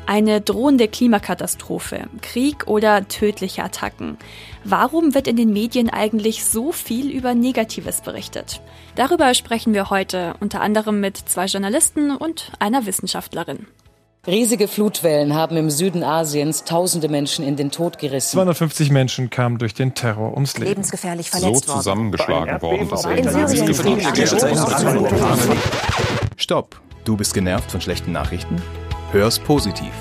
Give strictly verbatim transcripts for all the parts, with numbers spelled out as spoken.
Eine drohende Klimakatastrophe, Krieg oder tödliche Attacken. Warum wird in den Medien eigentlich so viel über Negatives berichtet? Darüber sprechen wir heute, unter anderem mit zwei Journalisten und einer Wissenschaftlerin. Riesige Flutwellen haben im Süden Asiens tausende Menschen in den Tod gerissen. zweihundertfünfzig Menschen kamen durch den Terror ums Leben. Lebensgefährlich verletzt worden. So zusammengeschlagen worden, dass Stopp! Du bist genervt von schlechten Nachrichten? Hör's positiv.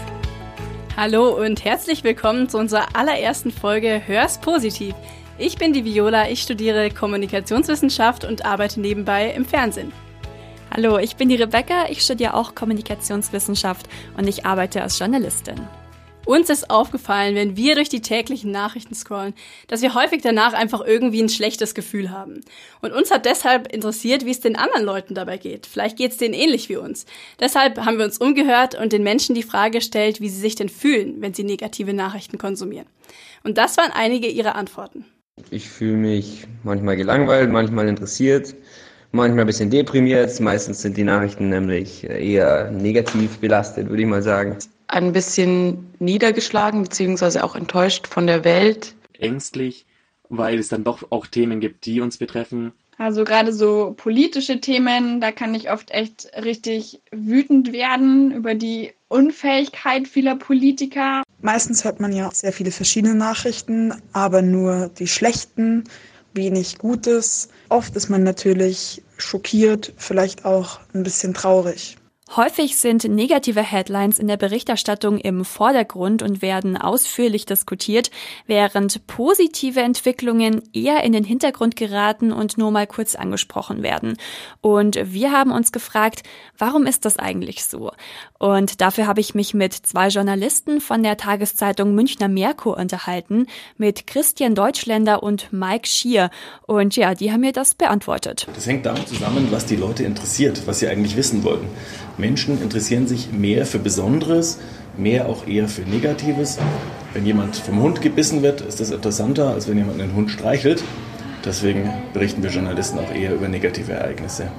Hallo und herzlich willkommen zu unserer allerersten Folge Hör's positiv. Ich bin die Viola, ich studiere Kommunikationswissenschaft und arbeite nebenbei im Fernsehen. Hallo, ich bin die Rebecca, ich studiere auch Kommunikationswissenschaft und ich arbeite als Journalistin. Uns ist aufgefallen, wenn wir durch die täglichen Nachrichten scrollen, dass wir häufig danach einfach irgendwie ein schlechtes Gefühl haben. Und uns hat deshalb interessiert, wie es den anderen Leuten dabei geht. Vielleicht geht es denen ähnlich wie uns. Deshalb haben wir uns umgehört und den Menschen die Frage gestellt, wie sie sich denn fühlen, wenn sie negative Nachrichten konsumieren. Und das waren einige ihrer Antworten. Ich fühle mich manchmal gelangweilt, manchmal interessiert, manchmal ein bisschen deprimiert. Meistens sind die Nachrichten nämlich eher negativ belastet, würde ich mal sagen. Ein bisschen niedergeschlagen bzw. auch enttäuscht von der Welt. Ängstlich, weil es dann doch auch Themen gibt, die uns betreffen. Also gerade so politische Themen, da kann ich oft echt richtig wütend werden über die Unfähigkeit vieler Politiker. Meistens hört man ja sehr viele verschiedene Nachrichten, aber nur die schlechten, wenig Gutes. Oft ist man natürlich schockiert, vielleicht auch ein bisschen traurig. Häufig sind negative Headlines in der Berichterstattung im Vordergrund und werden ausführlich diskutiert, während positive Entwicklungen eher in den Hintergrund geraten und nur mal kurz angesprochen werden. Und wir haben uns gefragt, warum ist das eigentlich so? Und dafür habe ich mich mit zwei Journalisten von der Tageszeitung Münchner Merkur unterhalten, mit Christian Deutschländer und Mike Schier. Und ja, die haben mir das beantwortet. Das hängt damit zusammen, was die Leute interessiert, was sie eigentlich wissen wollen. Menschen interessieren sich mehr für Besonderes, mehr auch eher für Negatives. Wenn jemand vom Hund gebissen wird, ist das interessanter, als wenn jemand einen Hund streichelt. Deswegen berichten wir Journalisten auch eher über negative Ereignisse.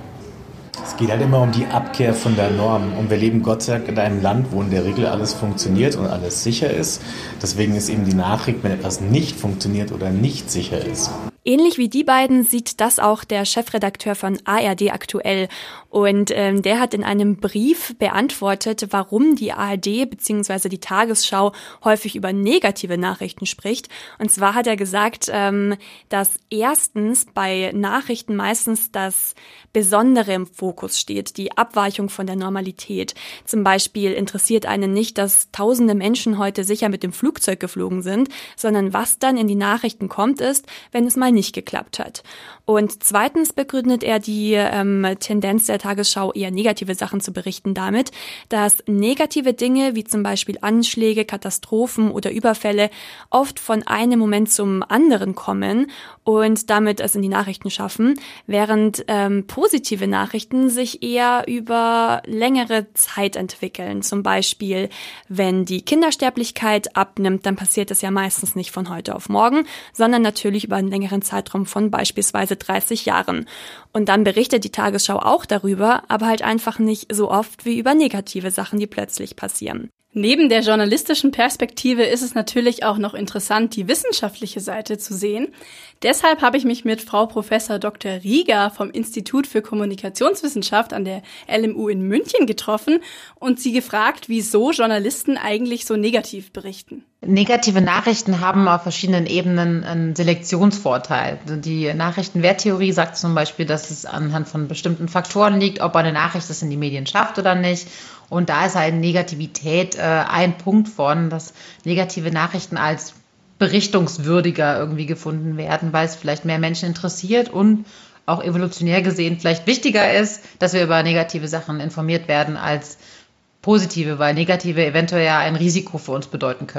Es geht halt immer um die Abkehr von der Norm. Und wir leben Gott sei Dank in einem Land, wo in der Regel alles funktioniert und alles sicher ist. Deswegen ist eben die Nachricht, wenn etwas nicht funktioniert oder nicht sicher ist. Ähnlich wie die beiden sieht das auch der Chefredakteur von A R D aktuell. Und ähm, der hat in einem Brief beantwortet, warum die A R D bzw. die Tagesschau häufig über negative Nachrichten spricht. Und zwar hat er gesagt, ähm, dass erstens bei Nachrichten meistens das Besondere im Fokus steht, die Abweichung von der Normalität. Zum Beispiel interessiert einen nicht, dass tausende Menschen heute sicher mit dem Flugzeug geflogen sind, sondern was dann in die Nachrichten kommt, ist, wenn es mal nicht geklappt hat. Und zweitens begründet er die ähm, Tendenz der Tagesschau, eher negative Sachen zu berichten damit, dass negative Dinge wie zum Beispiel Anschläge, Katastrophen oder Überfälle oft von einem Moment zum anderen kommen und damit es in die Nachrichten schaffen, während ähm, positive Nachrichten sich eher über längere Zeit entwickeln. Zum Beispiel, wenn die Kindersterblichkeit abnimmt, dann passiert es ja meistens nicht von heute auf morgen, sondern natürlich über einen längeren Zeitraum von beispielsweise dreißig Jahren. Und dann berichtet die Tagesschau auch darüber, aber halt einfach nicht so oft wie über negative Sachen, die plötzlich passieren. Neben der journalistischen Perspektive ist es natürlich auch noch interessant, die wissenschaftliche Seite zu sehen. Deshalb habe ich mich mit Frau Professor Doktor Rieger vom Institut für Kommunikationswissenschaft an der L M U in München getroffen und sie gefragt, wieso Journalisten eigentlich so negativ berichten. Negative Nachrichten haben auf verschiedenen Ebenen einen Selektionsvorteil. Die Nachrichtenwerttheorie sagt zum Beispiel, dass es anhand von bestimmten Faktoren liegt, ob eine Nachricht es in die Medien schafft oder nicht. Und da ist halt Negativität äh, ein Punkt von, dass negative Nachrichten als berichtungswürdiger irgendwie gefunden werden, weil es vielleicht mehr Menschen interessiert und auch evolutionär gesehen vielleicht wichtiger ist, dass wir über negative Sachen informiert werden als positive, weil negative eventuell ja ein Risiko für uns bedeuten können.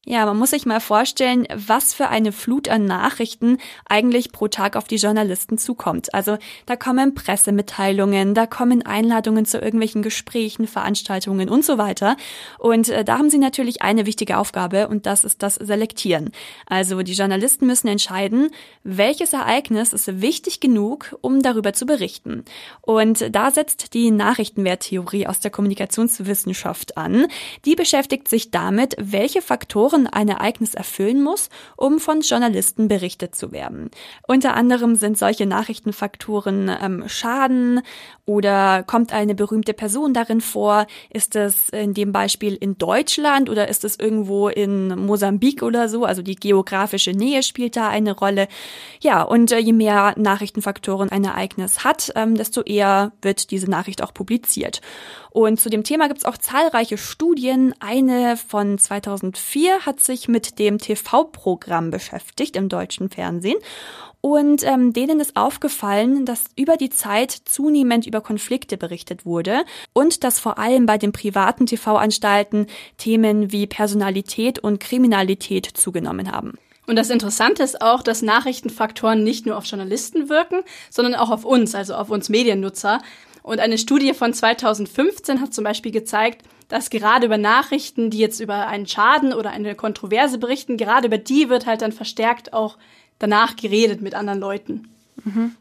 Ja, man muss sich mal vorstellen, was für eine Flut an Nachrichten eigentlich pro Tag auf die Journalisten zukommt. Also da kommen Pressemitteilungen, da kommen Einladungen zu irgendwelchen Gesprächen, Veranstaltungen und so weiter. Und äh, da haben sie natürlich eine wichtige Aufgabe und das ist das Selektieren. Also die Journalisten müssen entscheiden, welches Ereignis ist wichtig genug, um darüber zu berichten. Und da setzt die Nachrichtenwerttheorie aus der Kommunikationswissenschaft an. Die beschäftigt sich damit, welche Faktoren ein Ereignis erfüllen muss, um von Journalisten berichtet zu werden. Unter anderem sind solche Nachrichtenfaktoren ähm, Schaden oder kommt eine berühmte Person darin vor? Ist es in dem Beispiel in Deutschland oder ist es irgendwo in Mosambik oder so? Also die geografische Nähe spielt da eine Rolle. Ja, und äh, je mehr Nachrichtenfaktoren ein Ereignis hat, ähm, desto eher wird diese Nachricht auch publiziert. Und zu dem Thema gibt es auch zahlreiche Studien. Eine von zweitausendvier hat sich mit dem T V-Programm beschäftigt im deutschen Fernsehen. Und ähm, denen ist aufgefallen, dass über die Zeit zunehmend über Konflikte berichtet wurde und dass vor allem bei den privaten T V-Anstalten Themen wie Personalität und Kriminalität zugenommen haben. Und das Interessante ist auch, dass Nachrichtenfaktoren nicht nur auf Journalisten wirken, sondern auch auf uns, also auf uns Mediennutzer. Und eine Studie von zweitausendfünfzehn hat zum Beispiel gezeigt, dass gerade über Nachrichten, die jetzt über einen Schaden oder eine Kontroverse berichten, gerade über die wird halt dann verstärkt auch danach geredet mit anderen Leuten. Mhm.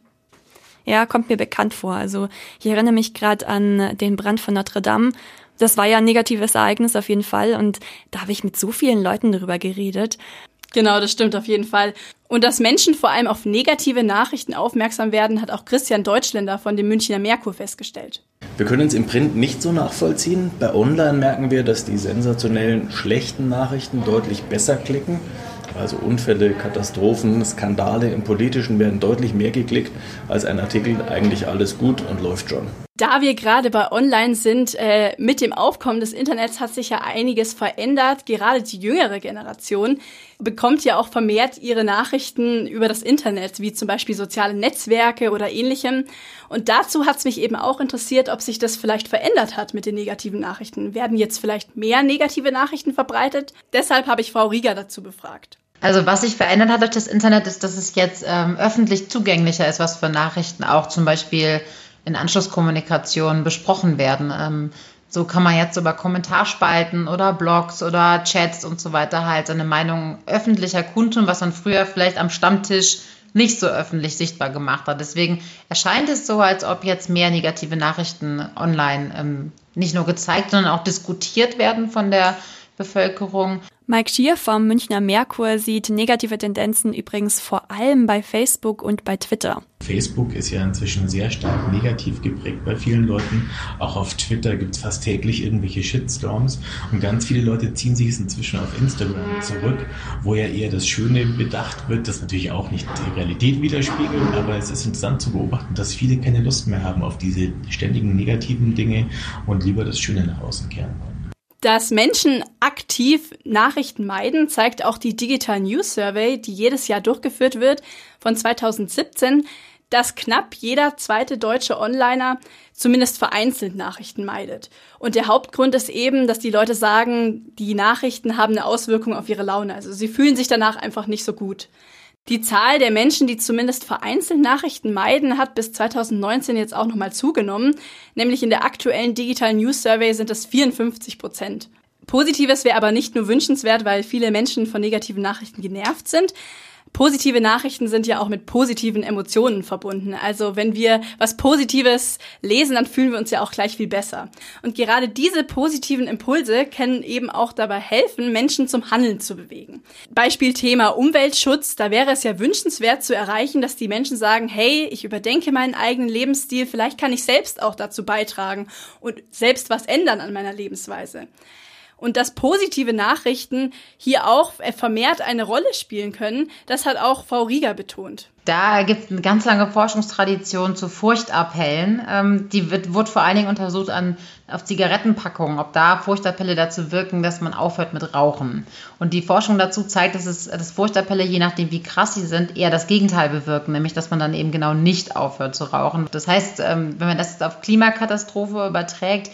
Ja, kommt mir bekannt vor. Also ich erinnere mich gerade an den Brand von Notre Dame. Das war ja ein negatives Ereignis auf jeden Fall und da habe ich mit so vielen Leuten darüber geredet. Genau, das stimmt auf jeden Fall. Und dass Menschen vor allem auf negative Nachrichten aufmerksam werden, hat auch Christian Deutschländer von dem Münchner Merkur festgestellt. Wir können es im Print nicht so nachvollziehen. Bei Online merken wir, dass die sensationellen, schlechten Nachrichten deutlich besser klicken. Also Unfälle, Katastrophen, Skandale im Politischen werden deutlich mehr geklickt als ein Artikel, eigentlich alles gut und läuft schon. Da wir gerade bei Online sind, äh, mit dem Aufkommen des Internets hat sich ja einiges verändert. Gerade die jüngere Generation bekommt ja auch vermehrt ihre Nachrichten über das Internet, wie zum Beispiel soziale Netzwerke oder ähnlichem. Und dazu hat es mich eben auch interessiert, ob sich das vielleicht verändert hat mit den negativen Nachrichten. Werden jetzt vielleicht mehr negative Nachrichten verbreitet? Deshalb habe ich Frau Rieger dazu befragt. Also was sich verändert hat durch das Internet ist, dass es jetzt ähm, öffentlich zugänglicher ist, was für Nachrichten auch zum Beispiel in Anschlusskommunikation besprochen werden. Ähm, so kann man jetzt über Kommentarspalten oder Blogs oder Chats und so weiter halt seine Meinung öffentlicher kundtun, was man früher vielleicht am Stammtisch nicht so öffentlich sichtbar gemacht hat. Deswegen erscheint es so, als ob jetzt mehr negative Nachrichten online ähm, nicht nur gezeigt, sondern auch diskutiert werden von der Bevölkerung. Mike Schier vom Münchner Merkur sieht negative Tendenzen übrigens vor allem bei Facebook und bei Twitter. Facebook ist ja inzwischen sehr stark negativ geprägt bei vielen Leuten. Auch auf Twitter gibt es fast täglich irgendwelche Shitstorms. Und ganz viele Leute ziehen sich inzwischen auf Instagram zurück, wo ja eher das Schöne bedacht wird, das natürlich auch nicht die Realität widerspiegelt. Aber es ist interessant zu beobachten, dass viele keine Lust mehr haben auf diese ständigen negativen Dinge und lieber das Schöne nach außen kehren wollen. Dass Menschen aktiv Nachrichten meiden, zeigt auch die Digital News Survey, die jedes Jahr durchgeführt wird, von zweitausendsiebzehn, dass knapp jeder zweite deutsche Onliner zumindest vereinzelt Nachrichten meidet. Und der Hauptgrund ist eben, dass die Leute sagen, die Nachrichten haben eine Auswirkung auf ihre Laune. Also sie fühlen sich danach einfach nicht so gut. Die Zahl der Menschen, die zumindest vereinzelt Nachrichten meiden, hat bis zweitausendneunzehn jetzt auch nochmal zugenommen. Nämlich in der aktuellen Digital News Survey sind es vierundfünfzig Prozent. Positives wäre aber nicht nur wünschenswert, weil viele Menschen von negativen Nachrichten genervt sind. Positive Nachrichten sind ja auch mit positiven Emotionen verbunden. Also wenn wir was Positives lesen, dann fühlen wir uns ja auch gleich viel besser. Und gerade diese positiven Impulse können eben auch dabei helfen, Menschen zum Handeln zu bewegen. Beispiel Thema Umweltschutz. Da wäre es ja wünschenswert zu erreichen, dass die Menschen sagen, hey, ich überdenke meinen eigenen Lebensstil, vielleicht kann ich selbst auch dazu beitragen und selbst was ändern an meiner Lebensweise. Und dass positive Nachrichten hier auch vermehrt eine Rolle spielen können, das hat auch Frau Rieger betont. Da gibt es eine ganz lange Forschungstradition zu Furchtappellen. Ähm, die wird, wird vor allen Dingen untersucht an, auf Zigarettenpackungen, ob da Furchtappelle dazu wirken, dass man aufhört mit Rauchen. Und die Forschung dazu zeigt, dass, es, dass Furchtappelle, je nachdem wie krass sie sind, eher das Gegenteil bewirken, nämlich dass man dann eben genau nicht aufhört zu rauchen. Das heißt, ähm, wenn man das auf Klimakatastrophe überträgt,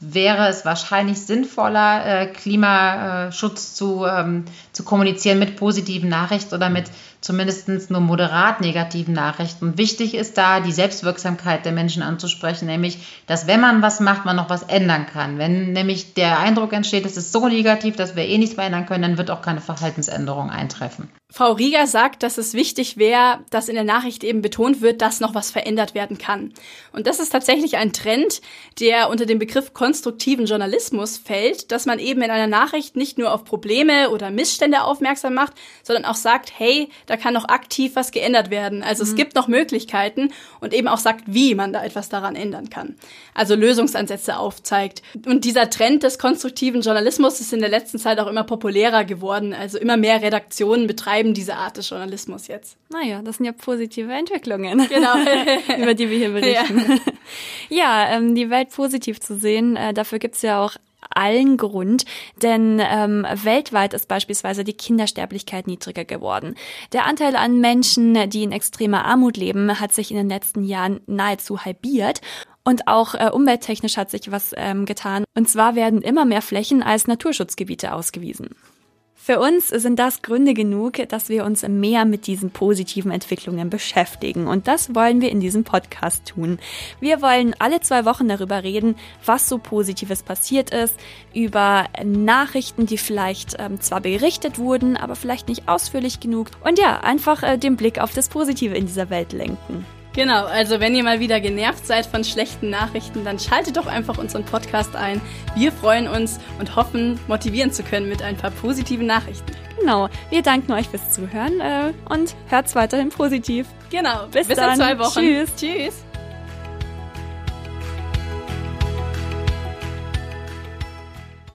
wäre es wahrscheinlich sinnvoller, äh, Klimaschutz zu, ähm, zu kommunizieren mit positiven Nachrichten oder mit zumindest nur moderat negativen Nachrichten. Wichtig ist da, die Selbstwirksamkeit der Menschen anzusprechen, nämlich, dass wenn man was macht, man noch was ändern kann. Wenn nämlich der Eindruck entsteht, es ist so negativ, dass wir eh nichts mehr ändern können, dann wird auch keine Verhaltensänderung eintreffen. Frau Rieger sagt, dass es wichtig wäre, dass in der Nachricht eben betont wird, dass noch was verändert werden kann. Und das ist tatsächlich ein Trend, der unter dem Begriff konstruktiven Journalismus fällt, dass man eben in einer Nachricht nicht nur auf Probleme oder Missstände aufmerksam macht, sondern auch sagt, hey, da kann noch aktiv was geändert werden. Also mhm. es gibt noch Möglichkeiten und eben auch sagt, wie man da etwas daran ändern kann. Also Lösungsansätze aufzeigt. Und dieser Trend des konstruktiven Journalismus ist in der letzten Zeit auch immer populärer geworden. Also immer mehr Redaktionen betreiben diese Art des Journalismus jetzt. Naja, das sind ja positive Entwicklungen, genau. über die wir hier berichten. Ja, ja ähm, die Welt positiv zu sehen, äh, dafür gibt's ja auch allen Grund, denn ähm, weltweit ist beispielsweise die Kindersterblichkeit niedriger geworden. Der Anteil an Menschen, die in extremer Armut leben, hat sich in den letzten Jahren nahezu halbiert. Und auch äh, umwelttechnisch hat sich was ähm, getan. Und zwar werden immer mehr Flächen als Naturschutzgebiete ausgewiesen. Für uns sind das Gründe genug, dass wir uns mehr mit diesen positiven Entwicklungen beschäftigen. Und das wollen wir in diesem Podcast tun. Wir wollen alle zwei Wochen darüber reden, was so Positives passiert ist, über Nachrichten, die vielleicht ähm, zwar berichtet wurden, aber vielleicht nicht ausführlich genug. Und ja, einfach äh, den Blick auf das Positive in dieser Welt lenken. Genau, also wenn ihr mal wieder genervt seid von schlechten Nachrichten, dann schaltet doch einfach unseren Podcast ein. Wir freuen uns und hoffen, motivieren zu können mit ein paar positiven Nachrichten. Genau, wir danken euch fürs Zuhören äh, und hört's weiterhin positiv. Genau, bis, bis dann. in zwei Wochen. Tschüss. Tschüss.